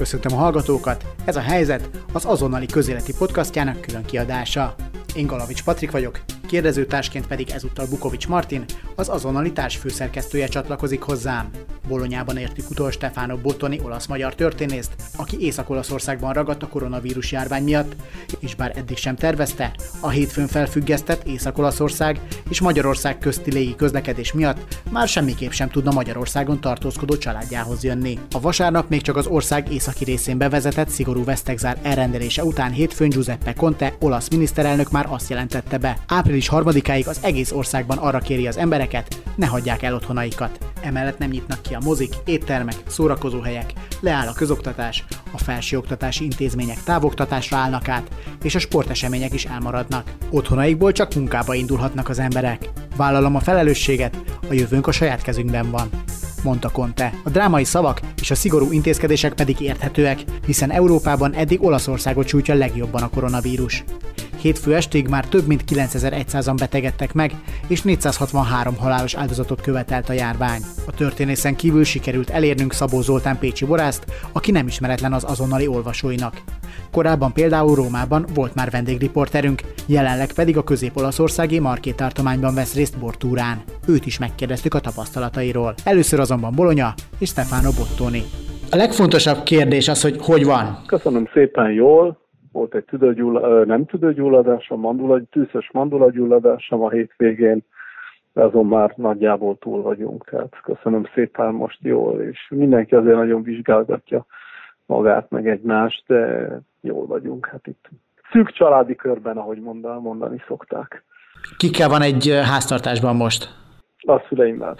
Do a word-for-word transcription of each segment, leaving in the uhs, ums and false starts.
Köszöntöm a hallgatókat, ez a Helyzet az azonnali közéleti podcastjának külön kiadása. Én Galavics Patrik vagyok, kérdezőtársként pedig ezúttal Bukovics Martin, az azonnali társfőszerkesztője csatlakozik hozzám. Bolonyában értük utol Stefano Bottoni olasz-magyar történészt, aki Észak-Olaszországban ragadt a koronavírus járvány miatt, és bár eddig sem tervezte, a hétfőn felfüggesztett Észak-Olaszország és Magyarország közti légi közlekedés miatt már semmiképp sem tudna Magyarországon tartózkodó családjához jönni. A vasárnap még csak az ország északi részén bevezetett szigorú vesztegzár elrendelése után hétfőn Giuseppe Conte, olasz miniszterelnök már azt jelentette be. április harmadikáig az egész országban arra kéri az embereket, ne hagyják el otthonaikat. Emellett nem nyitnak ki a mozik, éttermek, szórakozóhelyek, leáll a közoktatás, a felsőoktatási intézmények távoktatásra állnak át, és a sportesemények is elmaradnak. Otthonaikból csak munkába indulhatnak az emberek. Vállalom a felelősséget, a jövőnk a saját kezünkben van, mondta Conte. A drámai szavak és a szigorú intézkedések pedig érthetőek, hiszen Európában eddig Olaszországot sújtja legjobban a koronavírus. Hétfő estig már több mint kilencezer-százan betegedtek meg, és négyszázhatvanhárom halálos áldozatot követelt a járvány. A történészen kívül sikerült elérnünk Szabó Zoltán pécsi borászt, aki nem ismeretlen az azonnali olvasóinak. Korábban például Rómában volt már vendégriporterünk, jelenleg pedig a közép-olaszországi Marché tartományban vesz részt bortúrán. Őt is megkérdeztük a tapasztalatairól. Először azonban Bologna és Stefano Bottoni. A legfontosabb kérdés az, hogy hogy van? Köszönöm szépen, jól. Volt egy tüdőgyull- nem tüdőgyulladásom, mandula, tűzös mandulagyulladásom a hétvégén, de azon már nagyjából túl vagyunk. Tehát köszönöm szépen, most jól, és mindenki azért nagyon vizsgálgatja magát, meg egymást, de jól vagyunk. Hát itt szűk családi körben, ahogy mondani, mondani szokták. Kikkel van egy háztartásban most? A szüleimmel.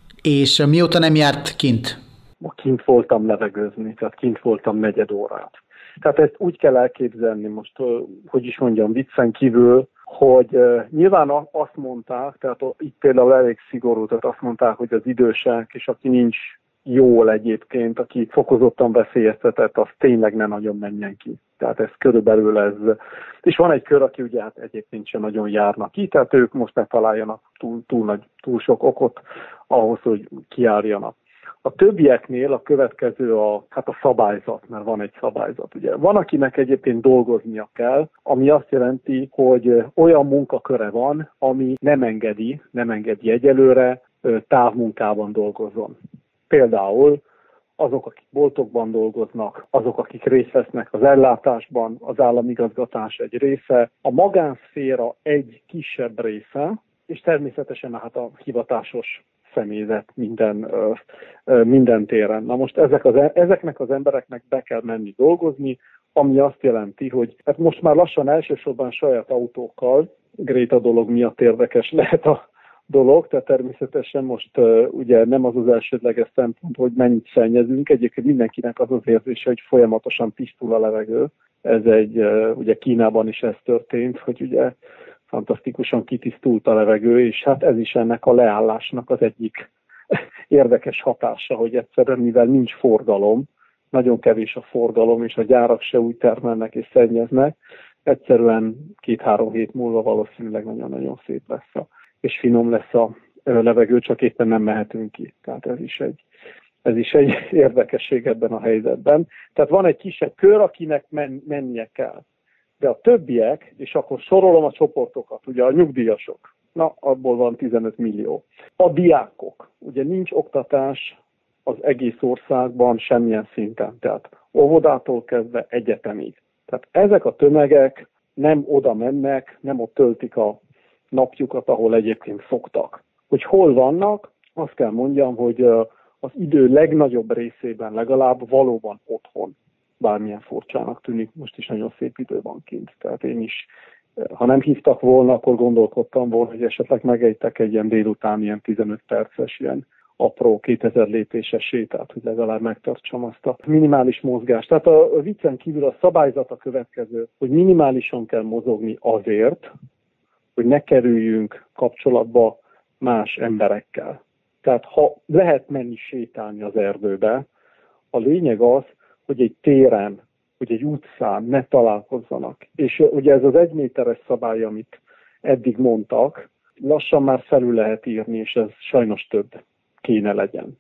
És mióta nem járt kint? Ma kint voltam levegőzni, tehát kint voltam negyed órát. Tehát ezt úgy kell elképzelni most, hogy is mondjam, viccen kívül, hogy uh, nyilván azt mondták, tehát itt például elég szigorú, tehát azt mondták, hogy az idősek, és aki nincs jól egyébként, aki fokozottan veszélyeztetett, az tényleg ne nagyon menjen ki. Tehát ez körülbelül ez. És van egy kör, aki ugye hát egyébként sem nagyon járnak ki, tehát ők most ne találjanak túl, túl, nagy, túl sok okot ahhoz, hogy kijárjanak. A többieknél a következő a, hát a szabályzat, mert van egy szabályzat. Ugye. Van, akinek egyébként dolgoznia kell, ami azt jelenti, hogy olyan munkaköre van, ami nem engedi, nem engedi egyelőre távmunkában dolgozzon. Például azok, akik boltokban dolgoznak, azok, akik részt vesznek az ellátásban, az államigazgatás egy része, a magánszféra egy kisebb része, és természetesen hát a hivatásos személyzet minden, minden téren. Na most ezek az, ezeknek az embereknek be kell menni dolgozni, ami azt jelenti, hogy hát most már lassan elsősorban saját autókkal, Greta dolog miatt érdekes lehet a dolog, tehát természetesen most uh, ugye nem az az elsődleges szempont, hogy mennyit szennyezünk, egyébként mindenkinek az az érzése, hogy folyamatosan tisztul a levegő. Ez egy, uh, ugye Kínában is ez történt, hogy ugye fantasztikusan kitisztult a levegő, és hát ez is ennek a leállásnak az egyik érdekes hatása, hogy egyszerűen, mivel nincs forgalom, nagyon kevés a forgalom, és a gyárak se úgy termelnek és szennyeznek, egyszerűen két-három hét múlva valószínűleg nagyon-nagyon szép lesz a, és finom lesz a levegő, csak éppen nem mehetünk ki. Tehát ez is egy, ez is egy érdekesség ebben a helyzetben. Tehát van egy kisebb kör, akinek men, mennie kell. De a többiek, és akkor sorolom a csoportokat, ugye a nyugdíjasok, na, abból van tizenöt millió. A diákok, ugye nincs oktatás az egész országban semmilyen szinten, tehát óvodától kezdve egyetemig. Tehát ezek a tömegek nem oda mennek, nem ott töltik a napjukat, ahol egyébként szoktak. Hogy hol vannak, azt kell mondjam, hogy az idő legnagyobb részében legalább valóban otthon. Bármilyen furcsának tűnik, most is nagyon szép idő van kint. Tehát én is, ha nem hívtak volna, akkor gondolkodtam volna, hogy esetleg megejtek egy ilyen délután, ilyen tizenöt perces, ilyen apró kétezer lépéses sétát, hogy legalább megtartsam azt a minimális mozgást. Tehát a viccen kívül a szabályzat a következő, hogy minimálisan kell mozogni azért, hogy ne kerüljünk kapcsolatba más emberekkel. Tehát ha lehet menni sétálni az erdőbe, a lényeg az, hogy egy téren, hogy egy utcán ne találkozzanak. És ugye ez az egyméteres szabály, amit eddig mondtak, lassan már felül lehet írni, és ez sajnos több kéne legyen.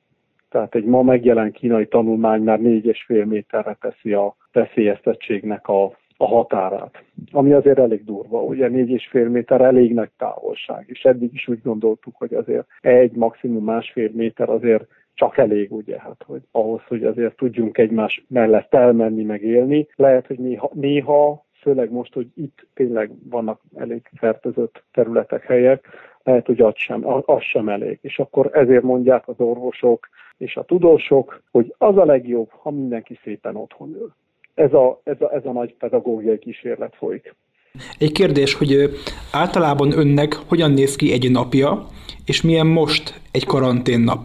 Tehát egy ma megjelent kínai tanulmány már négy és fél méterre teszi a veszélyeztettségnek a, a határát. Ami azért elég durva, ugye négy és fél méter elég nagy távolság, és eddig is úgy gondoltuk, hogy azért egy, maximum másfél méter azért csak elég, ugye, hát, hogy ahhoz, hogy azért tudjunk egymás mellett elmenni, meg élni. Lehet, hogy néha, néha főleg most, hogy itt tényleg vannak elég fertőzött területek, helyek, lehet, hogy az sem, az sem elég. És akkor ezért mondják az orvosok és a tudósok, hogy az a legjobb, ha mindenki szépen otthon ül. Ez a, ez a, ez a nagy pedagógiai kísérlet folyik. Egy kérdés, hogy általában önnek hogyan néz ki egy napja, és milyen most egy karanténnap?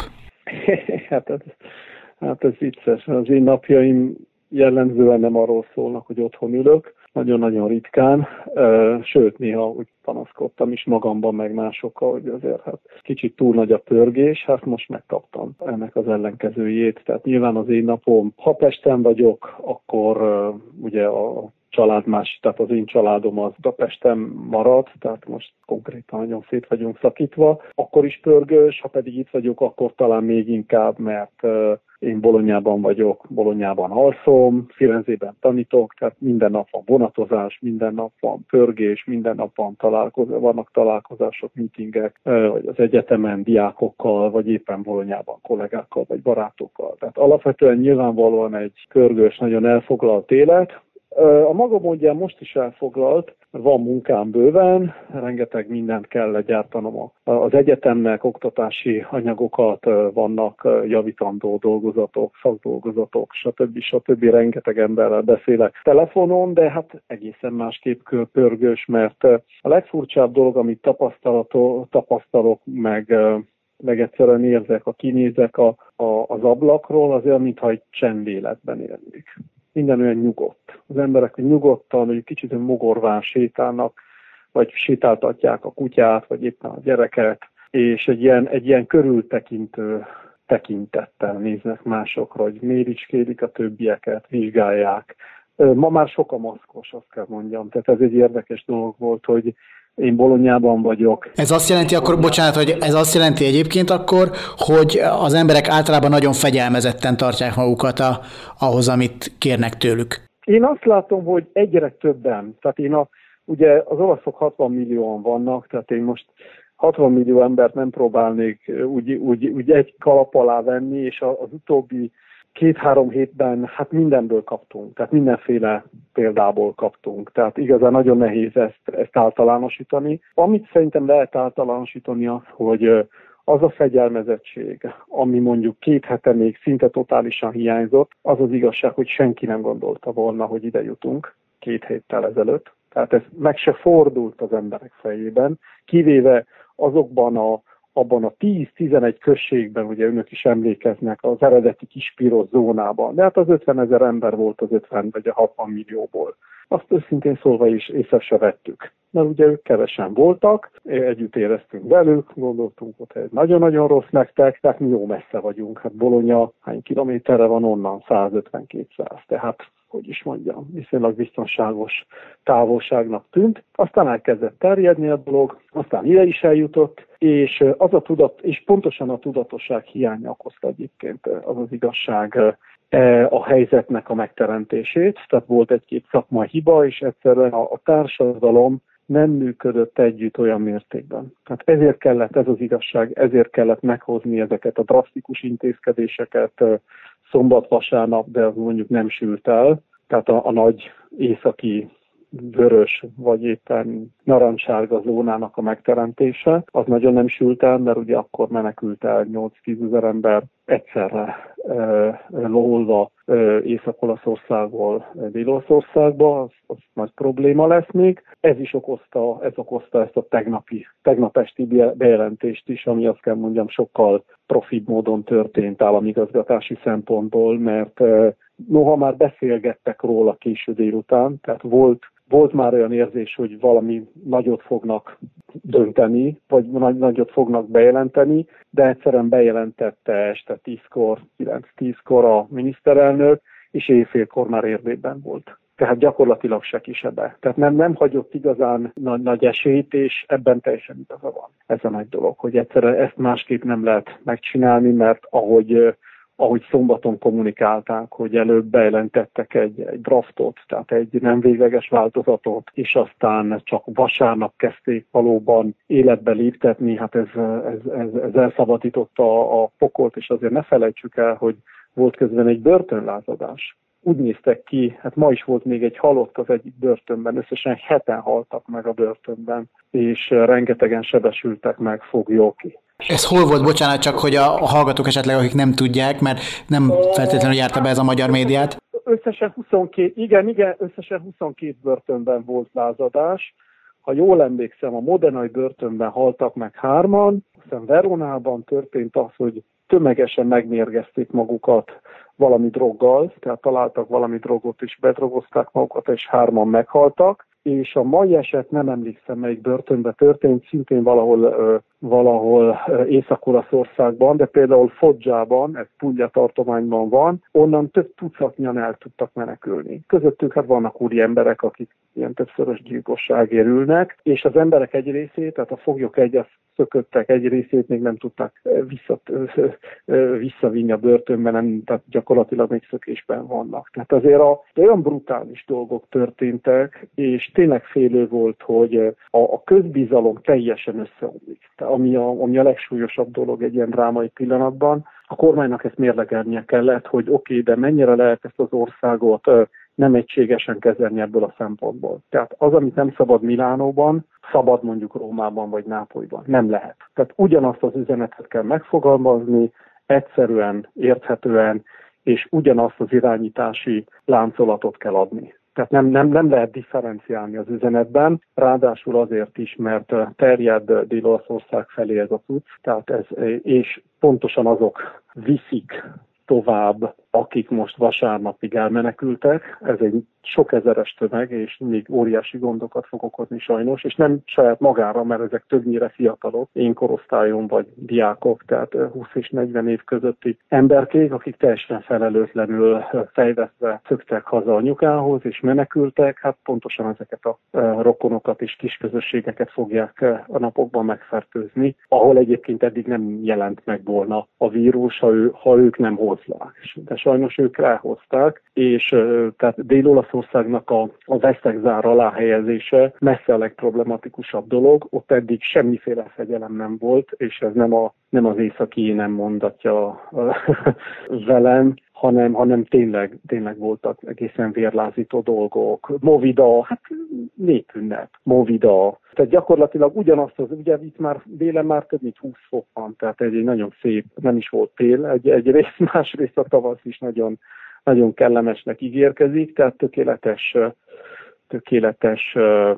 hát, ez, hát ez vicces. Az én napjaim jellemzően nem arról szólnak, hogy otthon ülök, nagyon-nagyon ritkán, sőt, néha úgy panaszkodtam is magamban, meg másokkal, hogy azért hát kicsit túl nagy a pörgés, hát most megkaptam ennek az ellenkezőjét. Tehát nyilván az én napom, ha Pesten vagyok, akkor ugye a család más, tehát az én családom az Budapesten marad, tehát most konkrétan nagyon szét vagyunk szakítva, akkor is pörgős, ha pedig itt vagyok, akkor talán még inkább, mert én Bolonyában vagyok, Bolonyában alszom, Firenzében tanítok, tehát minden nap van vonatozás, minden nap van pörgés, minden nap van találkozás, vannak találkozások, meetingek, vagy az egyetemen diákokkal, vagy éppen Bolonyában kollégákkal, vagy barátokkal. Tehát alapvetően nyilvánvalóan egy pörgős, nagyon elfoglalt élet. A maga módján most is elfoglalt, van munkám bőven, rengeteg mindent kell legyártanom az egyetemnek, oktatási anyagokat, vannak javítandó dolgozatok, szakdolgozatok, stb. stb. Rengeteg emberrel beszélek telefonon, de hát egészen másképp pörgős, mert a legfurcsább dolog, amit tapasztalok, meg, meg egyszerűen érzek, ha kinézek a, a, az ablakról, az olyan, mintha egy csendéletben élnék. Minden olyan nyugodt. Az emberek nyugodtan, hogy kicsit mogorván sétálnak, vagy sétáltatják a kutyát, vagy éppen a gyereket, és egy ilyen, egy ilyen körültekintő tekintettel néznek másokra, hogy méricskélik a többieket, vizsgálják. Ma már sok a maszkos, azt kell mondjam. Tehát ez egy érdekes dolog volt, hogy én Bolonyában vagyok. Ez azt jelenti akkor, bocsánat, hogy ez azt jelenti egyébként akkor, hogy az emberek általában nagyon fegyelmezetten tartják magukat a, ahhoz, amit kérnek tőlük. Én azt látom, hogy egyre többen, tehát én a, ugye az olaszok hatvan millióan vannak, tehát én most hatvan millió embert nem próbálnék úgy, úgy, úgy egy kalap alá venni, és az utóbbi két-három hétben hát mindenből kaptunk, tehát mindenféle példából kaptunk. Tehát igazán nagyon nehéz ezt, ezt általánosítani. Amit szerintem lehet általánosítani az, hogy az a fegyelmezettség, ami mondjuk két hete még szinte totálisan hiányzott, az az igazság, hogy senki nem gondolta volna, hogy ide jutunk két héttel ezelőtt. Tehát ez meg se fordult az emberek fejében, kivéve azokban a abban a tíz-tizenegy községben, ugye önök is emlékeznek, az eredeti kispiros zónában, de hát az ötvenezer ember volt az ötven vagy a hatvan millióból. Azt őszintén szólva is észre se vettük, mert ugye ők kevesen voltak, együtt éreztünk velük, gondoltunk, hogy ez nagyon-nagyon rossz nektek, tehát mi jó messze vagyunk. Hát Bologna hány kilométerre van onnan? százötven-kétszáz, tehát hogy is mondjam, viszonylag biztonságos távolságnak tűnt. Aztán elkezdett terjedni a dolog, aztán ide is eljutott, és az a tudat, és pontosan a tudatosság hiánya okozta egyébként az az igazság a helyzetnek a megteremtését. Tehát volt egy-két szakmai hiba, és egyszerűen a, a társadalom nem működött együtt olyan mértékben. Tehát ezért kellett, ez az igazság, ezért kellett meghozni ezeket a drasztikus intézkedéseket szombat-vasárnap, de az mondjuk nem sült el. Tehát a, a nagy északi vörös vagy éppen narancssárga zónának a megteremtése, az nagyon nem sült el, mert ugye akkor menekült el nyolc-tízezer ember egyszerre e, loholva e, Észak-Olaszországból Dél-Olaszországba, az, az nagy probléma lesz még. Ez is okozta, ez okozta ezt a tegnapi, tegnap esti bejelentést is, ami azt kell mondjam sokkal profibb módon történt államigazgatási szempontból, mert e, noha már beszélgettek róla késő délután, tehát volt Volt már olyan érzés, hogy valami nagyot fognak dönteni, vagy nagy, nagyot fognak bejelenteni, de egyszerűen bejelentette este tízkor, kilenc-tízkor a miniszterelnök, és éjfélkor már Erdélyben volt. Tehát gyakorlatilag se kisebbe. Tehát nem, nem hagyott igazán nagy, nagy esélyt, és ebben teljesen igaza van. Ez a nagy dolog, hogy egyszerűen ezt másképp nem lehet megcsinálni, mert ahogy ahogy szombaton kommunikálták, hogy előbb bejelentettek egy, egy draftot, tehát egy nem végleges változatot, és aztán csak vasárnap kezdték valóban életbe léptetni, hát ez, ez, ez, ez elszabadította a pokolt, és azért ne felejtsük el, hogy volt közben egy börtönlázadás. Úgy néztek ki, hát ma is volt még egy halott az egyik börtönben, összesen heten haltak meg a börtönben, és rengetegen sebesültek meg, foglyok. Ez hol volt, bocsánat, csak hogy a, a hallgatók esetleg, akik nem tudják, mert nem feltétlenül járta be ez a magyar médiát? Összesen huszonkét, igen, igen, összesen huszonkét börtönben volt lázadás. Ha jól emlékszem, a modenai börtönben haltak meg hárman, aztán Veronában történt az, hogy tömegesen megmérgezték magukat valami droggal, tehát találtak valami drogot és bedrogozták magukat, és hárman meghaltak. És a mai eset, nem emlékszem, melyik börtönben történt, szintén valahol, valahol Észak-Olaszországban, de például Foggiában, ez Puglia tartományban van, onnan több tucatnyian el tudtak menekülni. Közöttük hát vannak úri emberek, akik ilyen többszörös gyilkosságért ülnek, és az emberek egy részét, tehát a foglyok egyet szököttek, egy részét még nem tudták vissza, visszavinni a börtönben, nem, tehát gyakorlatilag még szökésben vannak. Tehát azért a, olyan brutális dolgok történtek, és tényleg félő volt, hogy a, a közbizalom teljesen összeomlik. Ami a, ami a legsúlyosabb dolog egy ilyen drámai pillanatban. A kormánynak ezt mérlegelnie kellett, hogy oké, okay, de mennyire lehet ezt az országot nem egységesen kezelni ebből a szempontból. Tehát az, amit nem szabad Milánóban, szabad mondjuk Rómában vagy Nápolyban. Nem lehet. Tehát ugyanazt az üzenetet kell megfogalmazni, egyszerűen, érthetően, és ugyanazt az irányítási láncolatot kell adni. Tehát nem, nem, nem lehet differenciálni az üzenetben, ráadásul azért is, mert terjed Dél-Olaszország felé ez a cucc, tehát ez, és pontosan azok viszik tovább, akik most vasárnapig elmenekültek. Ez egy sok ezeres tömeg, és még óriási gondokat fog okozni sajnos, és nem saját magára, mert ezek többnyire fiatalok, én korosztályom vagy diákok, tehát húsz és negyven év közötti emberkék, akik teljesen felelőtlenül fejveszve szöktek haza anyukához, és menekültek, hát pontosan ezeket a rokonokat és kisközösségeket fogják a napokban megfertőzni, ahol egyébként eddig nem jelent meg volna a vírus, ha, ő, ha ők nem hozzák. De sajnos ők elhozták, és tehát Dél-Olaszországnak a, a vesztegzár alá helyezése messze a legproblematikusabb dolog. Ott eddig semmiféle fegyelem nem volt, és ez nem, a, nem az északi nem mondatja velem, hanem, hanem tényleg, tényleg voltak egészen vérlázító dolgok. Movida, hát népünnep, Movida. Tehát gyakorlatilag ugyanazt az, ugye itt már délen már több mint húsz fok van, tehát egy, egy nagyon szép, nem is volt tél, egy, egy rész, másrészt a tavasz is nagyon, nagyon kellemesnek ígérkezik, tehát tökéletes, tökéletes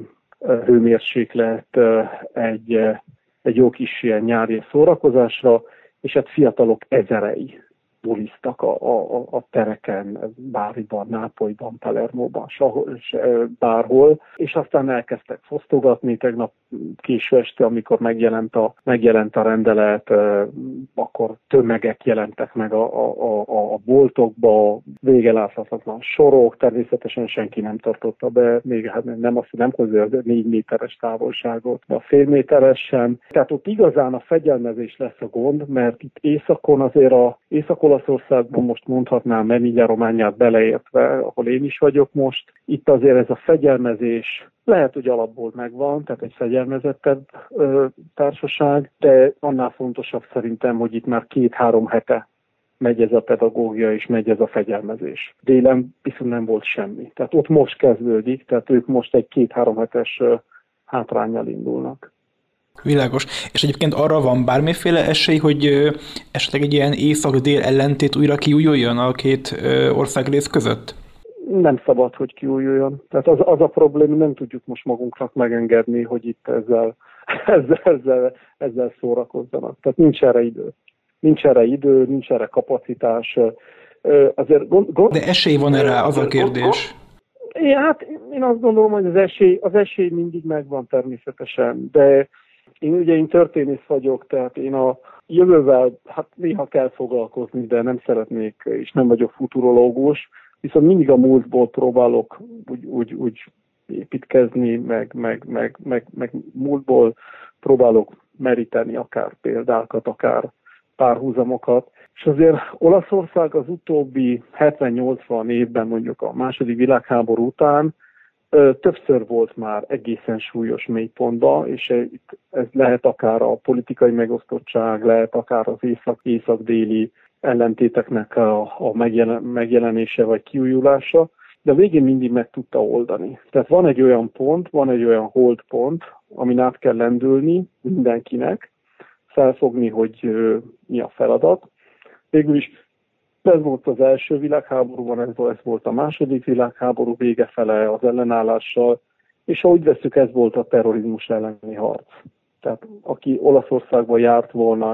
hőmérséklet egy, egy jó kis ilyen nyári szórakozásra, és hát fiatalok ezerei buliztak a, a, a tereken, Báriban, Nápolyban, Palermóban, bárhol, és aztán elkezdtek fosztogatni. Tegnap késő este, amikor megjelent a, megjelent a rendelet, akkor tömegek jelentek meg a, a, a, a boltokba, végeláthatatlan sorok, természetesen senki nem tartotta be, még hát nem azt, nem hozzá a négy méteres távolságot, de a fél méteres sem. Tehát ott igazán a fegyelmezés lesz a gond, mert itt északon azért a Észak-Olaszországban most mondhatnám Emilia-Romagnát beleértve, ahol én is vagyok most, itt azért ez a fegyelmezés lehet, hogy alapból megvan, tehát egy fegyelmezettebb ö, társaság, de annál fontosabb szerintem, hogy itt már két-három hete megy ez a pedagógia és megy ez a fegyelmezés. Délen viszont nem volt semmi. Tehát ott most kezdődik, tehát ők most egy két-három hetes ö, hátránnyal indulnak. Világos. És egyébként arra van bármiféle esély, hogy ö, esetleg egy ilyen észak-dél ellentét újra kiújuljon a két ö, országrész között? Nem szabad, hogy kiújuljon. Tehát az, az a probléma, nem tudjuk most magunknak megengedni, hogy itt ezzel, ezzel, ezzel, ezzel szórakozzanak. Tehát nincs erre idő. Nincs erre idő, nincs erre kapacitás. Azért gond, gond, De esély van erre, az a kérdés. É, hát én azt gondolom, hogy az esély, az esély mindig megvan természetesen, de én ugye én történész vagyok, tehát én a jövővel hát néha kell foglalkozni, de nem szeretnék, és nem vagyok futurológus, viszont mindig a múltból próbálok úgy, úgy, úgy építkezni, meg, meg, meg, meg, meg múltból próbálok meríteni akár példákat, akár párhuzamokat. És azért Olaszország az utóbbi hetven-nyolcvan évben, mondjuk a második világháború után többször volt már egészen súlyos mélypontban, és ez lehet akár a politikai megosztottság, lehet akár az észak, észak-déli ellentéteknek a, a megjelen, megjelenése vagy kiújulása, de a végén mindig meg tudta oldani. Tehát van egy olyan pont, van egy olyan holdpont, amin át kell lendülni mindenkinek, felfogni, hogy uh, mi a feladat. Végül is ez volt az első világháborúban, ez volt, ez volt a második világháború vége fele az ellenállással, és ahogy veszük, ez volt a terrorizmus elleni harc. Tehát aki Olaszországban járt volna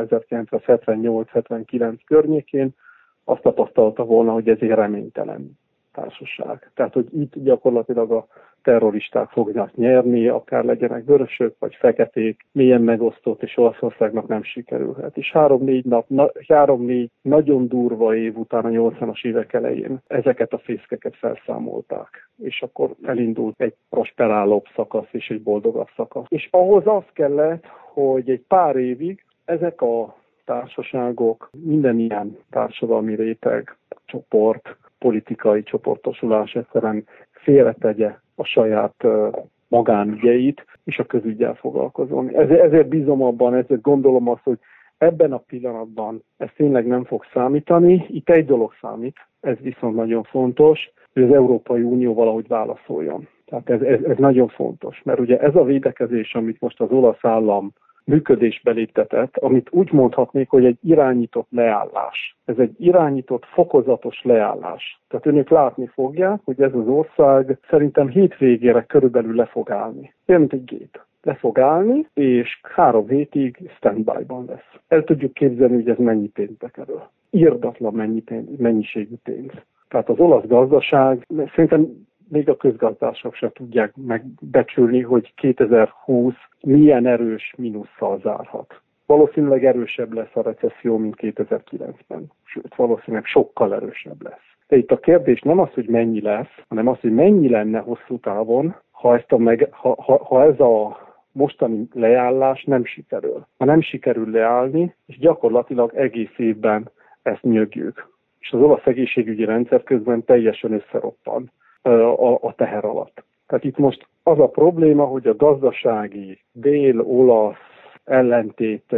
ezerkilencszázhetvennyolc-hetvenkilenc környékén, azt tapasztalta volna, hogy ez egy reménytelen társaság. Tehát, hogy itt gyakorlatilag a terroristák fognak nyerni, akár legyenek vörösök vagy feketék, mélyen megosztott, és Olaszországnak nem sikerülhet. És három-négy nap, na, három-négy nagyon durva év után a nyolcvanas évek elején ezeket a fészkeket felszámolták. És akkor elindult egy prosperálóbb szakasz és egy boldogabb szakasz. És ahhoz az kellett, hogy egy pár évig ezek a társaságok, minden ilyen társadalmi réteg, csoport, politikai csoportosulás egyszerűen félretegye a saját uh, magánügyeit, és a közügyel foglalkozom. Ezért, ezért bízom abban, ezért gondolom azt, hogy ebben a pillanatban ez tényleg nem fog számítani. Itt egy dolog számít, ez viszont nagyon fontos, hogy az Európai Unió valahogy válaszoljon. Tehát ez, ez, ez nagyon fontos, mert ugye ez a védekezés, amit most az olasz állam működésbe léptetett, amit úgy mondhatnék, hogy egy irányított leállás. Ez egy irányított, fokozatos leállás. Tehát önök látni fogják, hogy ez az ország szerintem hétvégére körülbelül le fog állni. Olyan, mint egy gép. Le fog állni, és három hétig standby-ban lesz. El tudjuk képzelni, hogy ez mennyi pénzbe kerül. Irdatlan mennyi pénz, mennyiségű pénz. Tehát az olasz gazdaság, szerintem még a közgazdások sem tudják megbecsülni, hogy kétezer-húsz milyen erős mínusszal zárhat. Valószínűleg erősebb lesz a recesszió, mint kétezer-kilencben. Sőt, valószínűleg sokkal erősebb lesz. De itt a kérdés nem az, hogy mennyi lesz, hanem az, hogy mennyi lenne hosszú távon, ha, ezt a meg, ha, ha, ha ez a mostani leállás nem sikerül. Ha nem sikerül leállni, és gyakorlatilag egész évben ezt nyögjük. És az olasz egészségügyi rendszer közben teljesen összeroppan a, a teher alatt. Tehát itt most az a probléma, hogy a gazdasági dél-olasz ellentét,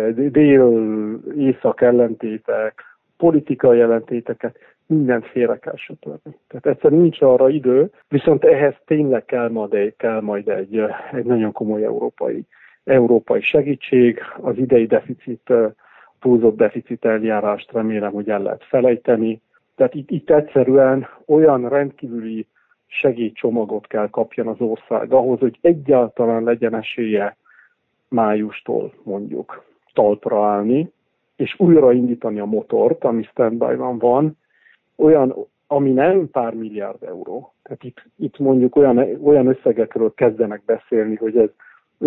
dél-észak ellentétek, politikai ellentéteket mindent félre kell söpörni. Tehát egyszerűen nincs arra idő, viszont ehhez tényleg kell majd egy, kell majd egy, egy nagyon komoly európai, európai segítség. Az idei deficit, túlzott deficit eljárást remélem, hogy el lehet felejteni. Tehát itt, itt egyszerűen olyan rendkívüli segélycsomagot kell kapjon az ország ahhoz, hogy egyáltalán legyen esélye májustól mondjuk talpra állni, és újraindítani a motort, ami standby-ban van, olyan, ami nem pár milliárd euró. Tehát itt, itt mondjuk olyan, olyan összegekről kezdenek beszélni, hogy ez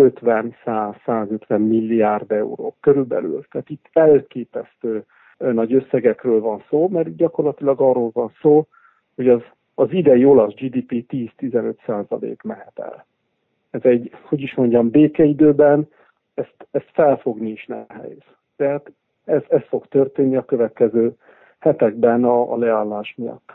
ötven-száz-százötven milliárd euró körülbelül. Tehát itt elképesztő nagy összegekről van szó, mert gyakorlatilag arról van szó, hogy az az idei olasz gé dé pé tíz-tizenöt százalék mehet el. Ez egy, hogy is mondjam, békeidőben ezt, ezt felfogni is nehéz. Tehát ez, ez fog történni a következő hetekben a, a leállás miatt.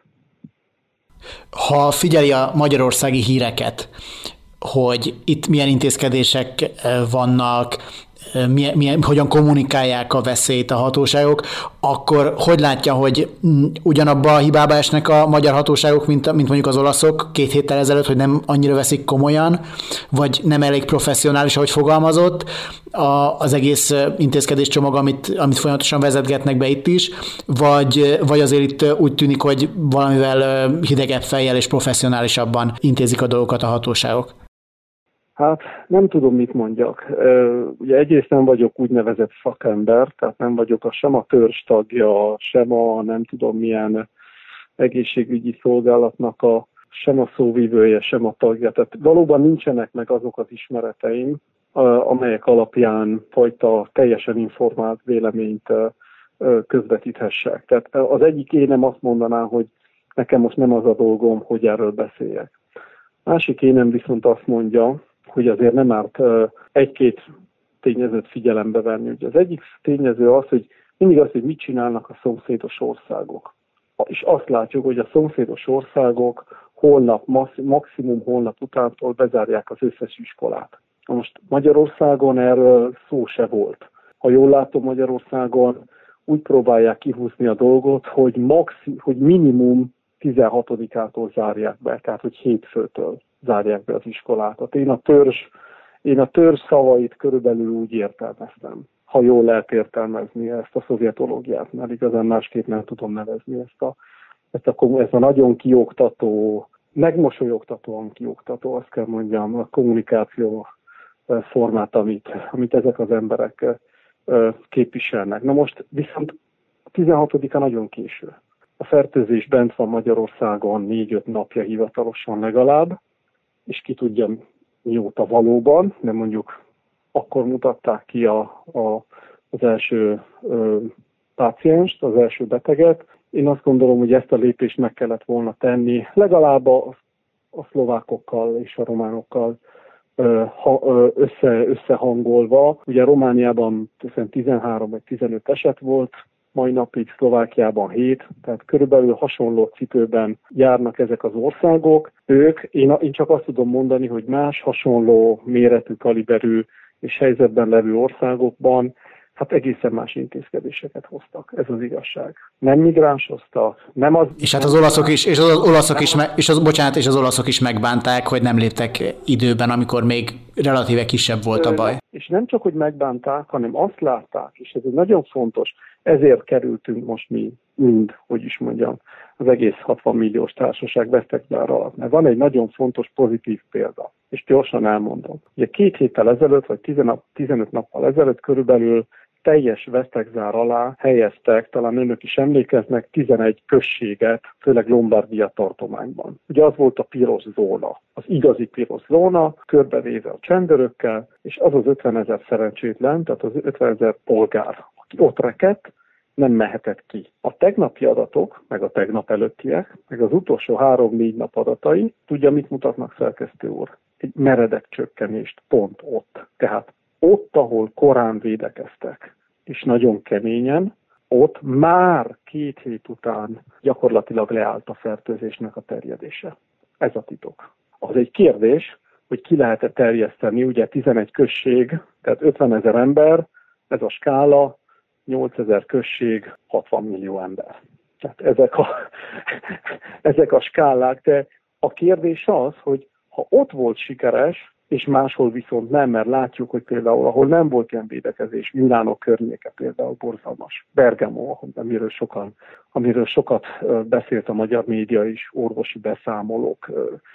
Ha figyeli a magyarországi híreket, hogy itt milyen intézkedések vannak, milyen, milyen, hogyan kommunikálják a veszélyt a hatóságok, akkor hogy látja, hogy ugyanabba a hibába esnek a magyar hatóságok, mint, mint mondjuk az olaszok két héttel ezelőtt, hogy nem annyira veszik komolyan, vagy nem elég professzionális, ahogy fogalmazott a, az egész intézkedéscsomag, amit, amit folyamatosan vezetgetnek be itt is, vagy, vagy azért itt úgy tűnik, hogy valamivel hidegebb fejjel és professzionálisabban intézik a dolgokat a hatóságok? Hát nem tudom, mit mondjak. Ugye egyrészt nem vagyok úgynevezett szakember, tehát nem vagyok a, sem a törzs tagja, sem a nem tudom milyen egészségügyi szolgálatnak a, sem a szóvivője, sem a tagja. Tehát valóban nincsenek meg azok az ismereteim, amelyek alapján fajta teljesen informált véleményt közvetíthessek. Tehát az egyik énem azt mondaná, hogy nekem most nem az a dolgom, hogy erről beszéljek. Másik énem viszont azt mondja, hogy azért nem árt egy-két tényezőt figyelembe venni. Ugye az egyik tényező az, hogy mindig az, hogy mit csinálnak a szomszédos országok. És azt látjuk, hogy a szomszédos országok holnap, maximum holnap utántól bezárják az összes iskolát. Most Magyarországon erről szó se volt. Ha jól látom, Magyarországon úgy próbálják kihúzni a dolgot, hogy, maxi, hogy minimum tizenhatodikától zárják be, tehát hogy hétfőtől zárják be az iskolát. Én a törzs, én a törzs szavait körülbelül úgy értelmeztem, ha jól lehet értelmezni ezt a szovjetológiát, mert igazán másképp nem tudom nevezni ezt a, ezt a, ezt a nagyon kioktató, megmosolyogtatóan kioktató, azt kell mondjam, a kommunikáció formát, amit, amit ezek az emberek képviselnek. Na most viszont tizenhatodika nagyon késő. A fertőzés bent van Magyarországon négy-öt napja hivatalosan legalább, és ki tudja mióta valóban, de mondjuk akkor mutatták ki a, a, az első ö, pácienst, az első beteget. Én azt gondolom, hogy ezt a lépést meg kellett volna tenni, legalább a, a szlovákokkal és a románokkal ö, ha, ö, össze, összehangolva. Ugye Romániában tizenhárom vagy tizenöt eset volt, mai napig Szlovákiában hét, tehát körülbelül hasonló cipőben járnak ezek az országok. Ők, én, én csak azt tudom mondani, hogy más hasonló méretű, kaliberű és helyzetben levő országokban hát egészen más intézkedéseket hoztak, ez az igazság. Nem migráns hoztak, nem az... És hát az olaszok is, és az olaszok is, me, és az, bocsánat, és az olaszok is megbánták, hogy nem léptek időben, amikor még relatíve kisebb volt a baj. És nem csak, hogy megbánták, hanem azt látták, és ez egy nagyon fontos, ezért kerültünk most mi mind, hogy is mondjam, az egész hatvan milliós társaság vesztegbár alatt. Mert van egy nagyon fontos pozitív példa, és gyorsan elmondom. Ugye két héttel ezelőtt, vagy tizenöt nappal ezelőtt körülbelül teljes vesztegzár alá helyeztek, talán önök is emlékeznek, tizenegy községet, főleg Lombardia tartományban. Ugye az volt a piros zóna, az igazi piros zóna, körbevéve a csendőrökkel, és az az ötvenezer szerencsétlen, tehát az ötvenezer polgár, aki ott rekedt, nem mehetett ki. A tegnapi adatok, meg a tegnap előttiek, meg az utolsó három-négy nap adatai, tudja, mit mutatnak, szerkesztő úr? Egy meredek csökkenést pont ott. Tehát ott, ahol korán védekeztek, és nagyon keményen, ott már két hét után gyakorlatilag leállt a fertőzésnek a terjedése. Ez a titok. Az egy kérdés, hogy ki lehet-e terjeszteni, ugye tizenegy község, tehát ötvenezer ember, ez a skála, nyolcezer község, hatvan millió ember. Tehát ezek a, ezek a skálák, de a kérdés az, hogy ha ott volt sikeres, és máshol viszont nem, mert látjuk, hogy például, ahol nem volt ilyen védekezés, Milánó környéke például borzalmas, Bergamo, amiről, sokan, amiről sokat beszélt a magyar média is, orvosi beszámolók,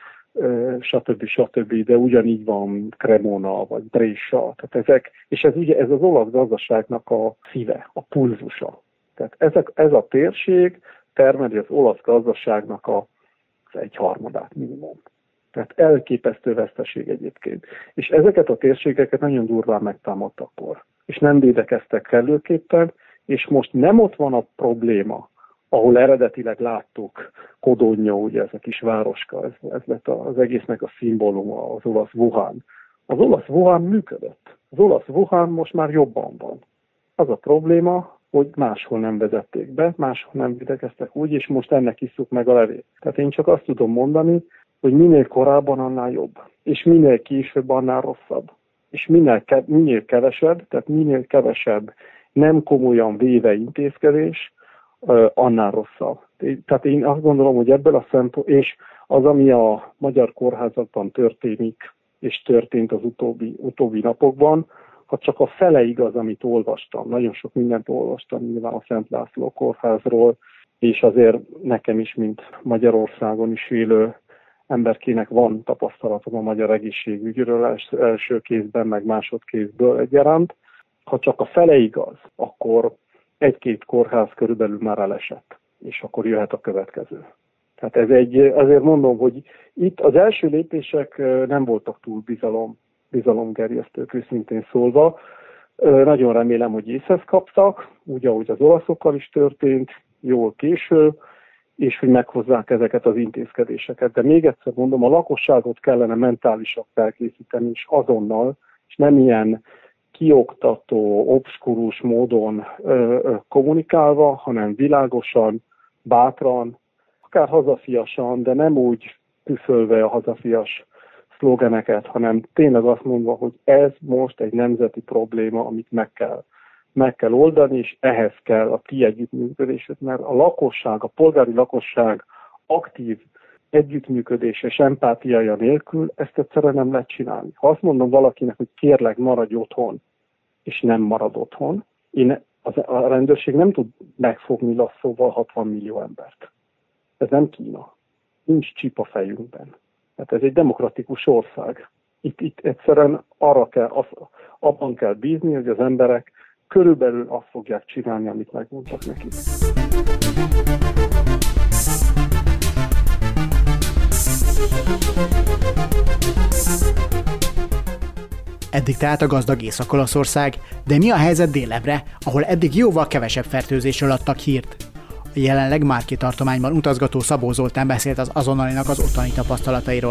stb. stb. De ugyanígy van Cremona, vagy Brescia, tehát ezek, és ez ugye ez az olasz gazdaságnak a szíve, a pulzusa. Tehát ezek, ez a térség termeli az olasz gazdaságnak a, az egyharmadát minimum. Tehát elképesztő veszteség egyébként. És ezeket a térségeket nagyon durván megtámadtak akkor. És nem védekeztek kellőképpen, és most nem ott van a probléma, ahol eredetileg láttuk, Kodogno, ugye ez a kis városka, ez, ez lett az egésznek a szimbóluma, az olasz Wuhan. Az olasz Wuhan működött. Az olasz Wuhan most már jobban van. Az a probléma, hogy máshol nem vezették be, máshol nem védekeztek úgy, és most ennek isszuk meg a levét. Tehát én csak azt tudom mondani, hogy minél korábban, annál jobb. És minél később, annál rosszabb. És minél, ke- minél kevesebb, tehát minél kevesebb nem komolyan véve intézkedés, uh, annál rosszabb. Tehát én azt gondolom, hogy ebből a szempont, és az, ami a magyar kórházakban történik, és történt az utóbbi, utóbbi napokban, ha csak a fele igaz, amit olvastam, nagyon sok mindent olvastam nyilván a Szent László kórházról, és azért nekem is, mint Magyarországon is élő emberkének van tapasztalatom a magyar egészségügyről első kézben, meg másodkézből egyaránt. Ha csak a fele igaz, akkor egy-két kórház körülbelül már elesett, és akkor jöhet a következő. Tehát ez egy, azért mondom, hogy itt az első lépések nem voltak túl bizalom, bizalomgerjesztők, őszintén szólva. Nagyon remélem, hogy észhez kaptak, úgy, ahogy az olaszokkal is történt, jól késő, és hogy meghozzák ezeket az intézkedéseket. De még egyszer mondom, a lakosságot kellene mentálisan felkészíteni, és azonnal, és nem ilyen kioktató, obskurus módon ö, ö, kommunikálva, hanem világosan, bátran, akár hazafiasan, de nem úgy tüszölve a hazafias szlogeneket, hanem tényleg azt mondva, hogy ez most egy nemzeti probléma, amit meg kell, meg kell oldani, és ehhez kell a ti együttműködésed, mert a lakosság, a polgári lakosság aktív együttműködése és empátiája nélkül ezt egyszerűen nem lehet csinálni. Ha azt mondom valakinek, hogy kérlek, maradj otthon, és nem marad otthon, én, az, a rendőrség nem tud megfogni lasszóval hatvan millió embert. Ez nem Kína. Nincs csip a fejünkben. Hát ez egy demokratikus ország. Itt, itt egyszerűen arra kell, az, abban kell bízni, hogy az emberek körülbelül azt fogják csinálni, amit megmondtak nekik. Eddig tehát a gazdag Észak-Olaszország, de mi a helyzet délebre, ahol eddig jóval kevesebb fertőzésről adtak hírt? A jelenleg Marche tartományban utazgató Szabó Zoltán beszélt az azonnalinak az ottani tapasztalatairól.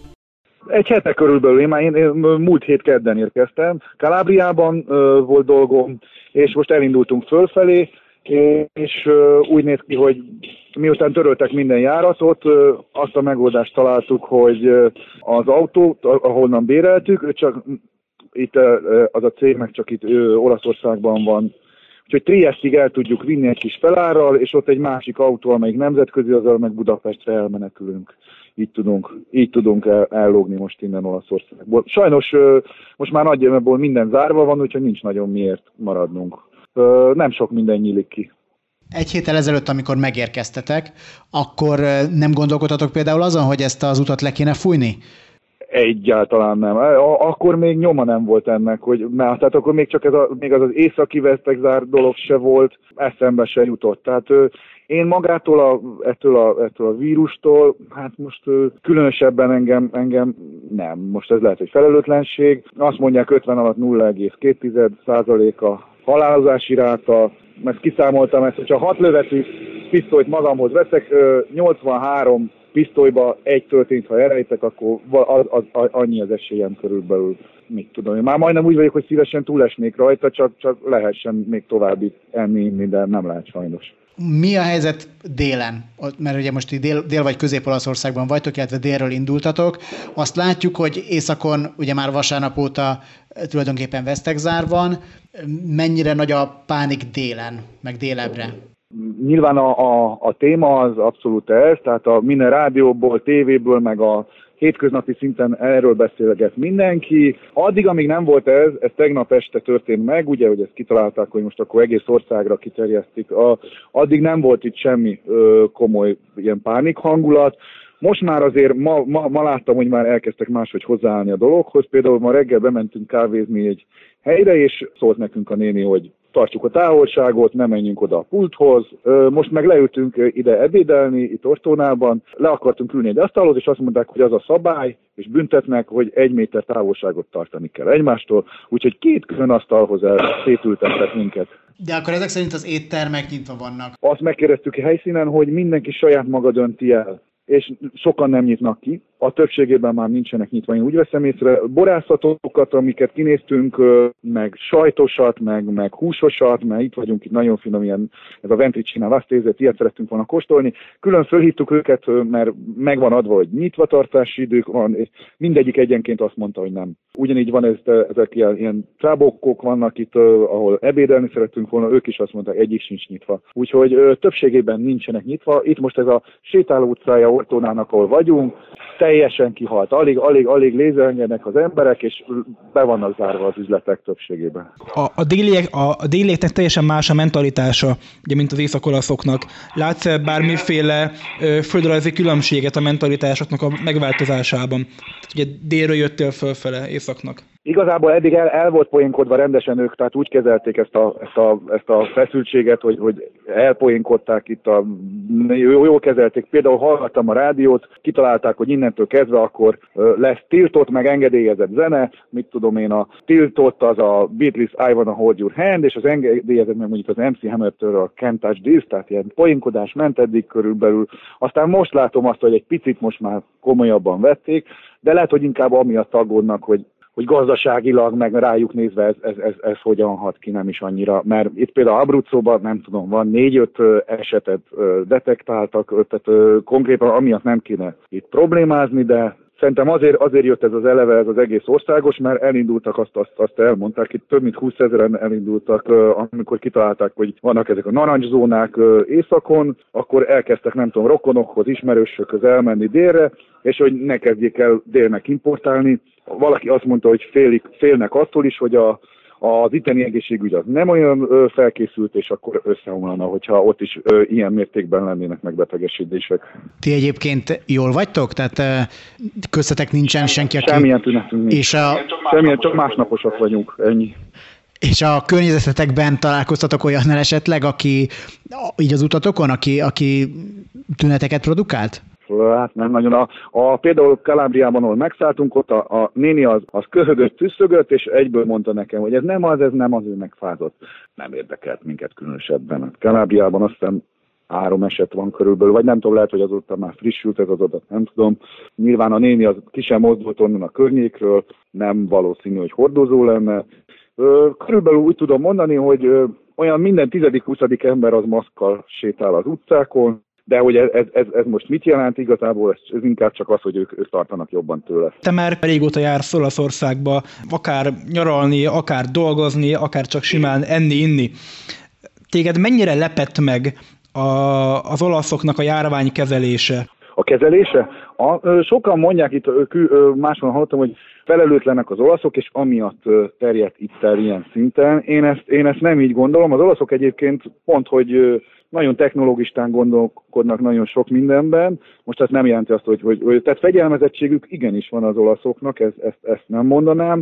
Egy hete körülbelül, én már én, én múlt hét kedden érkeztem, Kalábriában uh, volt dolgom, és most elindultunk fölfelé, és uh, úgy néz ki, hogy miután töröltek minden járatot, uh, azt a megoldást találtuk, hogy uh, az autót, ahonnan béreltük, csak itt uh, az a cég meg csak itt uh, Olaszországban van, úgyhogy Triestig el tudjuk vinni egy kis felárral, és ott egy másik autó, amelyik nemzetközi, azzal meg Budapestre elmenekülünk. Így tudunk, így tudunk el, ellógni most innen Olaszországból. Sajnos uh, most már nagyjából minden zárva van, úgyhogy nincs nagyon miért maradnunk. Uh, nem sok minden nyílik ki. Egy héttel ezelőtt, amikor megérkeztetek, akkor nem gondolkodtatok például azon, hogy ezt az utat le kéne fújni? Egyáltalán nem. Akkor még nyoma nem volt ennek, hogy mert, tehát akkor még csak ez a, még az az északi Vesztegzár dolog se volt, eszembe se jutott. Tehát én magától a, ettől, a, ettől a vírustól, hát most különösebben engem, engem nem. Most ez lehet egy felelőtlenség. Azt mondják ötven alatt nulla egész két százalék a halálozási ráta. Ezt kiszámoltam, ezt, hogyha hat lövetű pisztolyt magamhoz veszek, nyolcvanhárom pisztolyba egy töltényt, ha elrejtek, akkor az, az, az, annyi az esélyem körülbelül. Mit tudom én. Már majdnem úgy vagyok, hogy szívesen túlesnék rajta, csak, csak lehessen még további enni, inni, de nem lehet sajnos. Mi a helyzet délen? Mert ugye most dél, dél vagy Közép-Olaszországban vagytok, illetve délről indultatok. Azt látjuk, hogy északon ugye már vasárnap óta tulajdonképpen Vesztegzár van. Mennyire nagy a pánik délen, meg délebre? Nyilván a, a, a téma az abszolút ez, tehát a minden rádióból, tévéből, meg a hétköznapi szinten erről beszélget mindenki. Addig, amíg nem volt ez, ez tegnap este történt meg, ugye, hogy ezt kitalálták, hogy most akkor egész országra kiterjesztik, a, addig nem volt itt semmi ö, komoly ilyen pánik hangulat. Most már azért ma, ma, ma láttam, hogy már elkezdtek máshogy hozzáállni a dologhoz. Például ma reggel bementünk kávézni egy helyre, és szólt nekünk a néni, hogy tartsuk a távolságot, ne menjünk oda a pulthoz. Most meg leültünk ide ebédelni, itt Ortónában, le akartunk ülni egy asztalhoz, és azt mondták, hogy az a szabály, és büntetnek, hogy egy méter távolságot tartani kell egymástól, úgyhogy két külön asztalhoz el szétültettek minket. De akkor ezek szerint az éttermek nyitva vannak. Azt megkérdeztük a helyszínen, hogy mindenki saját maga dönti el, és sokan nem nyitnak ki. A többségében már nincsenek nyitva, én úgy veszem észre. Borászatokat, amiket kinéztünk, meg sajtosat, meg, meg húsosat, mert itt vagyunk, itt nagyon finom, ilyen, ez a Ventricina Vastézet, ilyet szerettünk volna kóstolni. Külön fölhívtuk őket, mert megvan adva, hogy nyitvatartási idők van, és mindegyik egyenként azt mondta, hogy nem. Ugyanígy van, ez, ezek ilyen, ilyen trábokkok vannak itt, ahol ebédelni szerettünk volna, ők is azt mondták, egyik sincs nyitva. Úgyhogy többségében nincsenek nyitva. Itt most ez a sétáló utcája Ortónának, ahol vagyunk, teljesen kihalt. Alig, alig, alig lézelengednek az emberek, és be vannak zárva az üzletek többségében. A, a, déliek, a, a délieknek teljesen más a mentalitása, ugye, mint az észak-olaszoknak. Látsz-e bármiféle ö, földrajzi különbséget a mentalitásoknak a megváltozásában? Ugye délről jöttél fölfele északnak. Igazából eddig el, el volt poénkodva rendesen ők, tehát úgy kezelték ezt a, ezt a, ezt a feszültséget, hogy, hogy elpoénkodták itt, a, jól kezelték. Például hallgattam a rádiót, kitalálták, hogy innentől kezdve akkor lesz tiltott, meg engedélyezett zene, mit tudom én, a tiltott az a Beatles I Wanna Hold Your Hand, és az engedélyezett meg mondjuk az em cé Hammertől a Can't Touch This, tehát ilyen poénkodás ment eddig körülbelül. Aztán most látom azt, hogy egy picit most már komolyabban vették, de lehet, hogy inkább amiatt aggódnak, hogy hogy gazdaságilag, meg rájuk nézve ez, ez, ez, ez hogyan hat ki, nem is annyira. Mert itt például Abruzzóban, nem tudom, van négy-öt esetet detektáltak, tehát konkrétan amiatt nem kéne itt problémázni, de szerintem azért, azért jött ez az eleve, ez az egész országos, mert elindultak, azt, azt, azt elmondták, itt több mint húszezeren elindultak, amikor kitalálták, hogy vannak ezek a narancszónák északon, akkor elkezdtek, nem tudom, rokonokhoz, ismerősökhöz elmenni délre, és hogy ne kezdjék el délnek importálni. Valaki azt mondta, hogy félik, félnek attól is, hogy a az itteni egészségügy az nem olyan ö, felkészült, és akkor összeomlana, hogyha ott is ö, ilyen mértékben lennének megbetegesítések. Ti egyébként jól vagytok? Tehát ö, köztetek nincsen senki, aki... Semmilyen tünetünk nincs. És a... Semmilyen, csak másnaposak vagyunk, ennyi. És a környezetetekben találkoztatok olyannal esetleg, aki így az utatokon, aki, aki tüneteket produkált? Hát nem nagyon. A, a, például Kalábriában, ahol megszálltunk, ott a, a néni az, az köhögött, tüsszögött, és egyből mondta nekem, hogy ez nem az, ez nem az, ő megfázott. Nem érdekelt minket különösebben. Kalábriában azt hiszem három eset van körülbelül, vagy nem tudom, lehet, hogy azóta már frissült ez az adat, nem tudom. Nyilván a néni az ki sem mozdult onnan a környékről, nem valószínű, hogy hordozó lenne. Körülbelül úgy tudom mondani, hogy olyan minden tizedik-huszadik ember az maszkkal sétál az utcákon, de hogy ez, ez, ez most mit jelent igazából, ez, ez inkább csak az, hogy ők, ők tartanak jobban tőle. Te már régóta jársz Olaszországba, akár nyaralni, akár dolgozni, akár csak simán enni, inni. Téged mennyire lepett meg a, az olaszoknak a járvány kezelése? A kezelése? A, sokan mondják itt, máshol hallottam, hogy felelőtlenek az olaszok, és amiatt terjedt itt el ilyen szinten. Én ezt, én ezt nem így gondolom. Az olaszok egyébként pont, hogy nagyon technológistán gondolkodnak nagyon sok mindenben. Most ez nem jelenti azt, hogy, hogy, hogy tehát fegyelmezettségük igenis van az olaszoknak, ezt, ezt, ezt nem mondanám.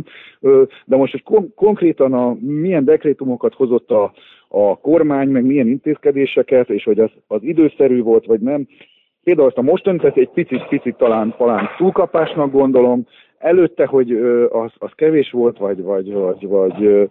De most, hogy kon- konkrétan a, milyen dekrétumokat hozott a, a kormány, meg milyen intézkedéseket, és hogy az, az időszerű volt, vagy nem. Például azt a mostani, tehát egy picit-picit talán, talán túlkapásnak gondolom. Előtte, hogy az, az kevés volt, vagy, vagy, vagy, vagy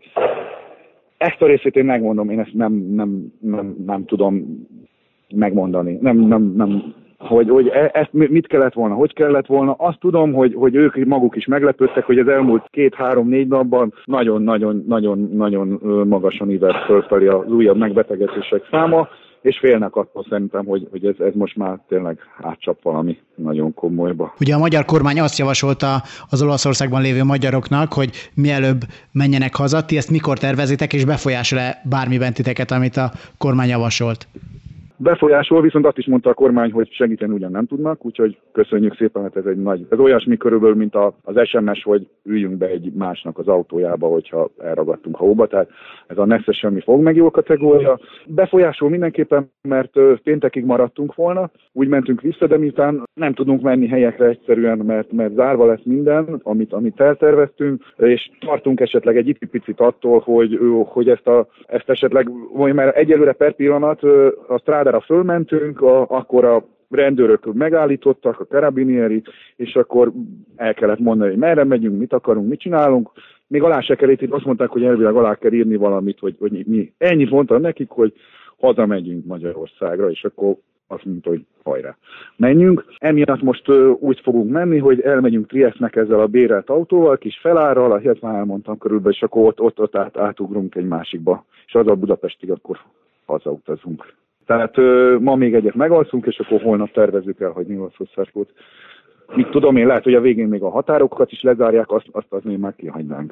ezt a részét én megmondom, én ezt nem, nem, nem, nem tudom megmondani. Nem, nem, nem, hogy, hogy ezt mit kellett volna, hogy kellett volna. Azt tudom, hogy, hogy ők maguk is meglepődtek, hogy az elmúlt két-három-négy napban nagyon-nagyon-nagyon magasan ívelt fölfelé az újabb megbetegedések száma, és félnek attól szerintem, hogy, hogy ez, ez most már tényleg átcsap valami nagyon komolyba. Ugye a magyar kormány azt javasolta az Olaszországban lévő magyaroknak, hogy mielőbb menjenek haza. Ti ezt mikor tervezitek, és befolyásol-e bármiben titeket, amit a kormány javasolt? Befolyásol, viszont azt is mondta a kormány, hogy segíteni ugyan nem tudnak, úgyhogy köszönjük szépen, hát ez egy nagy, ez olyasmi körülbelül, mint az es em es, hogy üljünk be egy másnak az autójába, hogyha elragadtunk hóba, tehát ez a nesze semmi fog meg jó kategória. Befolyásol mindenképpen, mert péntekig maradtunk volna, úgy mentünk vissza, de miután nem tudunk menni helyekre egyszerűen, mert, mert zárva lesz minden, amit, amit elterveztünk, és tartunk esetleg egy picit attól, hogy, hogy ezt, a, ezt esetleg, mert egyelőre per pillanat a strádára fölmentünk, a, akkor a rendőrök megállítottak, a karabinieri, és akkor el kellett mondani, hogy merre megyünk, mit akarunk, mit csinálunk. Még alá se kell írni, azt mondták, hogy elvileg alá kell írni valamit, hogy, hogy mi. Ennyit mondtam nekik, hogy hazamegyünk Magyarországra, és akkor azt mondta, hogy hajrá, menjünk. Emiatt most uh, úgy fogunk menni, hogy elmegyünk Triestnek ezzel a bérelt autóval, kis felárral, a hihet már elmondtam körülbelül, és akkor ott, ott, ott át, átugrunk egy másikba, és az a Budapestig akkor hazautazunk. Tehát uh, ma még egyet megalszunk, és akkor holnap tervezzük el, hogy Olaszországot. Mit tudom én, lehet, hogy a végén még a határokat is lezárják, azt, azt az még már kihagynánk.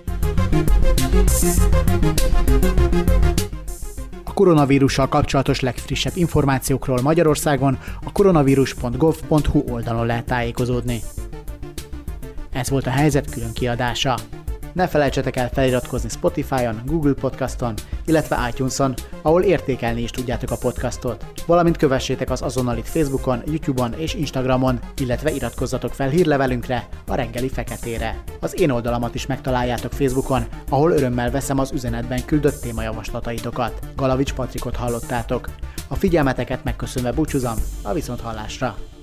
A koronavírussal kapcsolatos legfrissebb információkról Magyarországon a koronavírus pont gov pont hu oldalon lehet tájékozódni. Ez volt a helyzet külön kiadása. Ne felejtsetek el feliratkozni Spotify-on, Google Podcaston, illetve iTunes-on, ahol értékelni is tudjátok a podcastot. Valamint kövessétek az Azonnalit Facebookon, YouTube-on és Instagramon, illetve iratkozzatok fel hírlevelünkre, a Reggeli Feketére. Az én oldalamat is megtaláljátok Facebookon, ahol örömmel veszem az üzenetben küldött témajavaslataitokat. Galavics Patrikot hallottátok. A figyelmeteket megköszönve búcsúzom, a viszonthallásra!